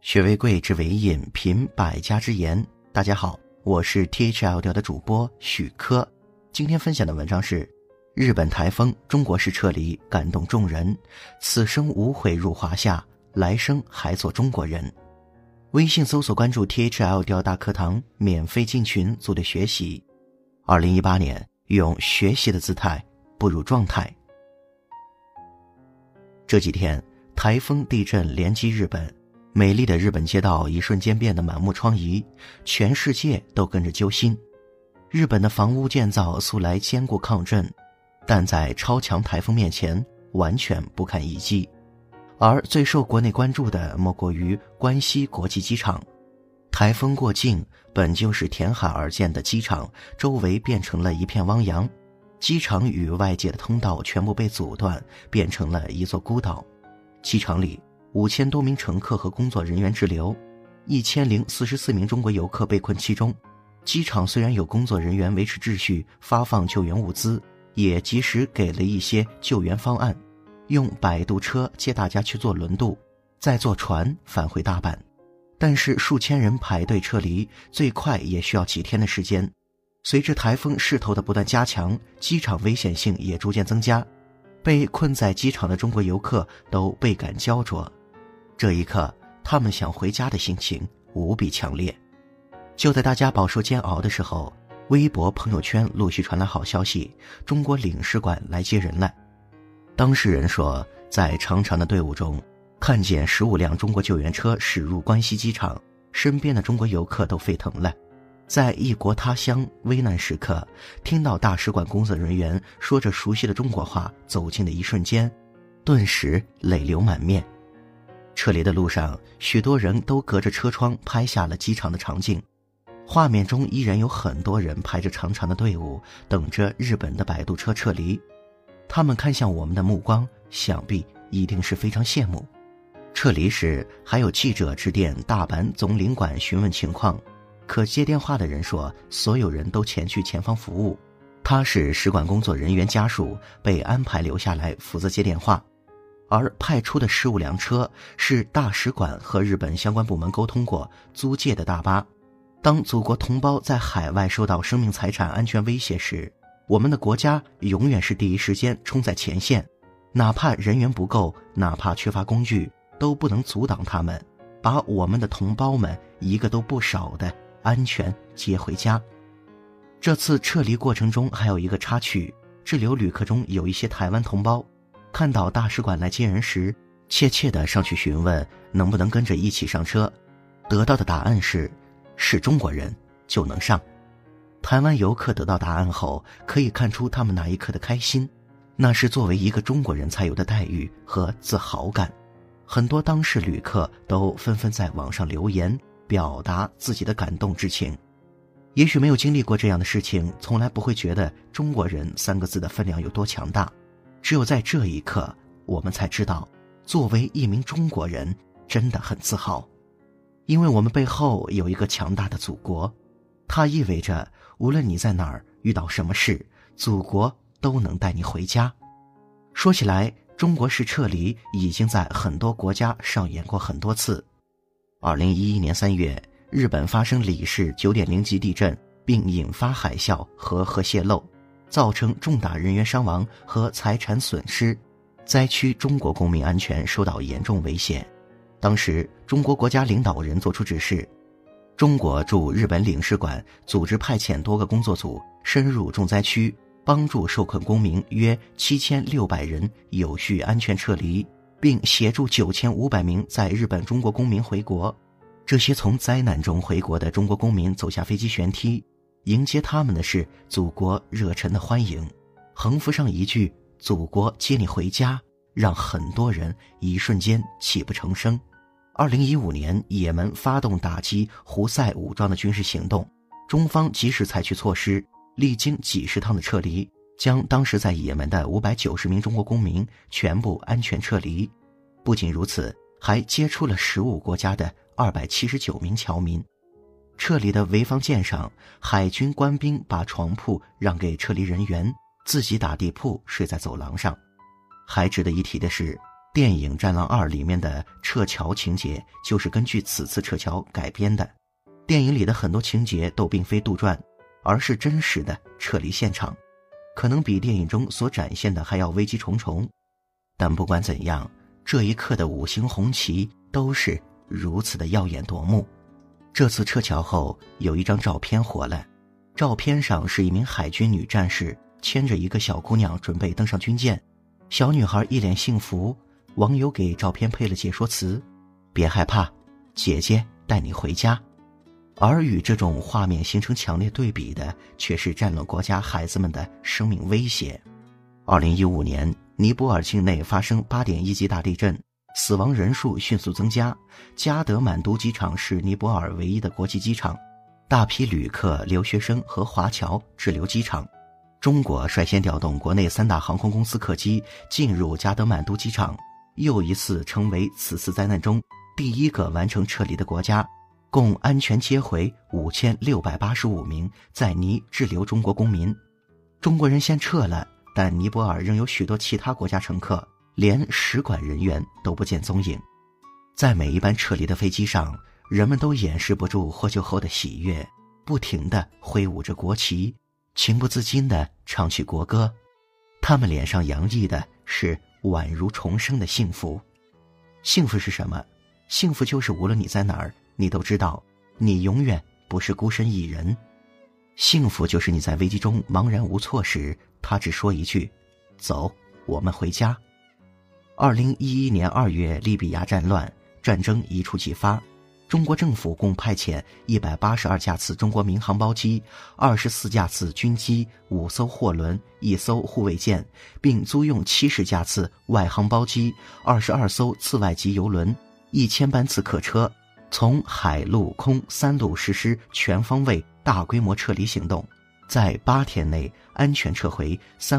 学为贵，知为引，品百家之言。大家好，我是 THL 调的主播许科。今天分享的文章是日本台风中国式撤离感动众人，此生无悔入华夏，来生还做中国人。微信搜索关注 THL 调大课堂，免费进群组队学习。2018年用学习的姿态步入状态。这几天台风地震连击日本，美丽的日本街道一瞬间变得满目疮痍，全世界都跟着揪心。日本的房屋建造素来坚固抗震，但在超强台风面前完全不堪一击。而最受国内关注的莫过于关西国际机场。台风过境，本就是填海而建的机场周围变成了一片汪洋，机场与外界的通道全部被阻断，变成了一座孤岛。机场里5000多名乘客和工作人员滞留，1044名中国游客被困其中。机场虽然有工作人员维持秩序，发放救援物资，也及时给了一些救援方案，用摆渡车接大家去坐轮渡，再坐船返回大阪。但是数千人排队撤离，最快也需要几天的时间。随着台风势头的不断加强，机场危险性也逐渐增加，被困在机场的中国游客都倍感焦灼。这一刻，他们想回家的心情无比强烈。就在大家饱受煎熬的时候，微博朋友圈陆续传来好消息，中国领事馆来接人了。当事人说，在长长的队伍中看见15辆中国救援车驶入关西机场，身边的中国游客都沸腾了。在异国他乡危难时刻，听到大使馆工作人员说着熟悉的中国话走近的一瞬间，顿时泪流满面。撤离的路上，许多人都隔着车窗拍下了机场的场景，画面中依然有很多人排着长长的队伍，等着日本的摆渡车撤离。他们看向我们的目光，想必一定是非常羡慕。撤离时，还有记者致电大阪总领馆询问情况，可接电话的人说，所有人都前去前方服务，他是使馆工作人员家属，被安排留下来负责接电话。而派出的15辆车是大使馆和日本相关部门沟通过租借的大巴。当祖国同胞在海外受到生命财产安全威胁时，我们的国家永远是第一时间冲在前线，哪怕人员不够，哪怕缺乏工具，都不能阻挡他们，把我们的同胞们一个都不少的安全接回家。这次撤离过程中还有一个插曲，滞留旅客中有一些台湾同胞，看到大使馆来接人时，怯怯地上去询问能不能跟着一起上车，得到的答案是中国人就能上。台湾游客得到答案后，可以看出他们那一刻的开心，那是作为一个中国人才有的待遇和自豪感。很多当事旅客都纷纷在网上留言，表达自己的感动之情。也许没有经历过这样的事情，从来不会觉得中国人3个字的分量有多强大。只有在这一刻，我们才知道，作为一名中国人真的很自豪。因为我们背后有一个强大的祖国，它意味着无论你在哪儿遇到什么事，祖国都能带你回家。说起来，中国式撤离已经在很多国家上演过很多次。2011年3月，日本发生里氏 9.0 级地震，并引发海啸和核泄漏，造成重大人员伤亡和财产损失，灾区中国公民安全受到严重危险。当时中国国家领导人作出指示，中国驻日本领事馆组织派遣多个工作组深入重灾区，帮助受困公民约7600人有序安全撤离，并协助9500名在日本中国公民回国。这些从灾难中回国的中国公民走下飞机舷梯，迎接他们的是祖国热忱的欢迎，横幅上一句祖国接你回家，让很多人一瞬间泣不成声。2015年，也门发动打击胡塞武装的军事行动，中方及时采取措施，历经几十趟的撤离，将当时在也门的590名中国公民全部安全撤离。不仅如此，还接触了15国家的279名侨民。撤离的潍坊舰上，海军官兵把床铺让给撤离人员，自己打地铺睡在走廊上。还值得一提的是， 电影《战狼2》里面的撤侨情节就是根据此次撤侨改编的。电影里的很多情节都并非杜撰，而是真实的撤离现场，可能比电影中所展现的还要危机重重。但不管怎样，这一刻的5星红旗都是如此的耀眼夺目。这次撤侨后，有一张照片火了，照片上是一名海军女战士牵着一个小姑娘准备登上军舰，小女孩一脸幸福，网友给照片配了解说词：别害怕，姐姐带你回家。而与这种画面形成强烈对比的，却是战乱国家孩子们的生命威胁。2015年，尼泊尔境内发生8.1级大地震，死亡人数迅速增加。加德满都机场是尼泊尔唯一的国际机场，大批旅客、留学生和华侨滞留机场。中国率先调动国内3大航空公司客机进入加德满都机场，又一次成为此次灾难中第一个完成撤离的国家，共安全接回5685名在尼滞留中国公民。中国人先撤了，但尼泊尔仍有许多其他国家乘客，连使馆人员都不见踪影。在每一班撤离的飞机上，人们都掩饰不住获救后的喜悦，不停地挥舞着国旗，情不自禁地唱起国歌。他们脸上洋溢的是宛如重生的幸福。幸福是什么？幸福就是无论你在哪儿，你都知道你永远不是孤身一人。幸福就是你在危机中茫然无措时，他只说一句：走，我们回家。2011年2月，利比亚战乱，战争一触即发。中国政府共派遣182架次中国民航包机、24架次军机、5艘货轮、1艘护卫舰，并租用70架次外航包机、22艘次外级邮轮、1000班次客车，从海陆空3路实施全方位大规模撤离行动，在8天内安全撤回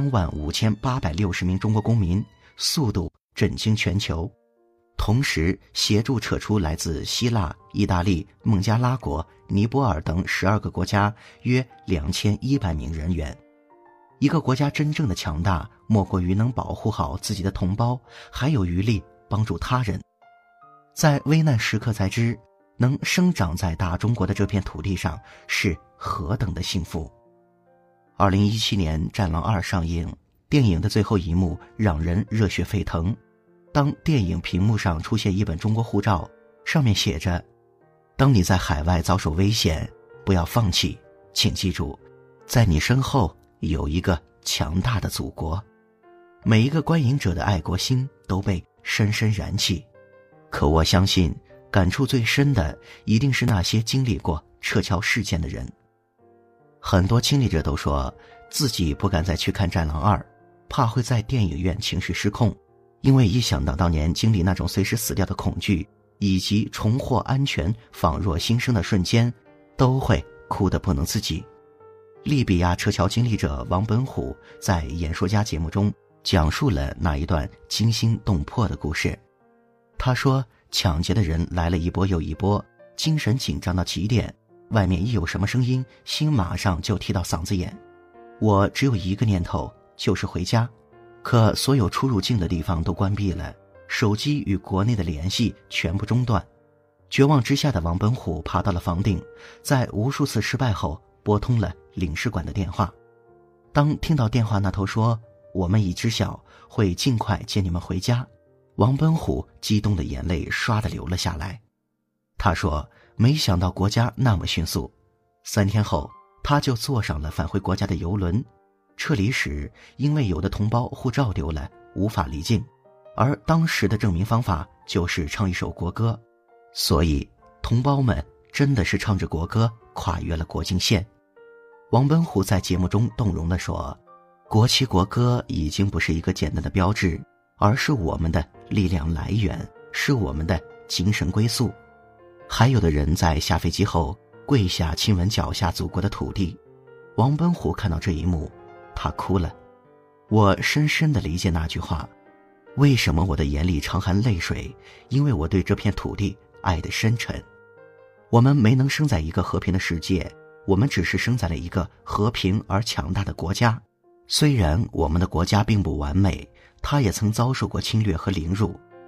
35860名中国公民，速度震惊全球。同时协助撤出来自希腊、意大利、孟加拉国、尼泊尔等12个国家约2100名人员。一个国家真正的强大，莫过于能保护好自己的同胞，还有余力帮助他人。在危难时刻才知，能生长在大中国的这片土地上是何等的幸福。2017年《战狼2》上映，电影的最后一幕让人热血沸腾。当电影屏幕上出现一本中国护照，上面写着：当你在海外遭受危险，不要放弃，请记住，在你身后有一个强大的祖国。每一个观影者的爱国心都被深深燃起。可我相信，感触最深的一定是那些经历过撤侨事件的人。很多亲历者都说，自己不敢再去看《战狼2》，怕会在电影院情绪失控，因为一想到当年经历那种随时死掉的恐惧，以及重获安全仿若新生的瞬间，都会哭得不能自己。利比亚撤侨经历者王本虎在演说家节目中讲述了那一段惊心动魄的故事。他说，抢劫的人来了一波又一波，精神紧张到极点，外面一有什么声音，心马上就提到嗓子眼。我只有一个念头，就是回家。可所有出入境的地方都关闭了，手机与国内的联系全部中断。绝望之下的王本虎爬到了房顶，在无数次失败后拨通了领事馆的电话。当听到电话那头说我们已知晓，会尽快接你们回家，王本虎激动的眼泪唰地流了下来。他说，没想到国家那么迅速，3天后他就坐上了返回国家的邮轮。撤离时，因为有的同胞护照丢了，无法离境，而当时的证明方法就是唱一首国歌，所以同胞们真的是唱着国歌跨越了国境线。王本虎在节目中动容地说，国旗国歌已经不是一个简单的标志，而是我们的力量来源，是我们的精神归宿。还有的人在下飞机后跪下亲吻脚下祖国的土地。王本虎看到这一幕，他哭了。我深深地理解那句话，为什么我的眼里常含泪水？因为我对这片土地爱得深沉。我们没能生在一个和平的世界，我们只是生在了一个和平而强大的国家。虽然我们的国家并不完美，它也曾遭受过侵略和凌辱，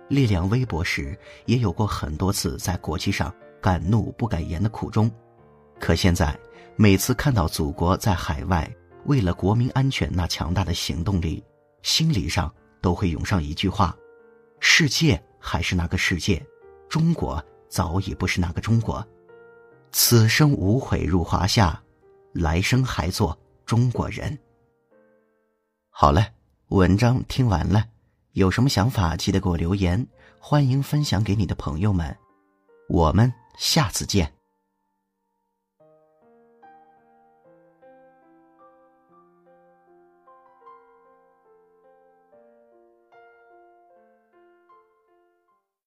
力量微薄时，也有过很多次在国际上敢怒不敢言的苦衷。可现在，每次看到祖国在海外为了国民安全那强大的行动力，心理上都会涌上一句话：世界还是那个世界，中国早已不是那个中国。此生无悔入华夏，来生还做中国人。好了，文章听完了，有什么想法记得给我留言，欢迎分享给你的朋友们。我们下次见。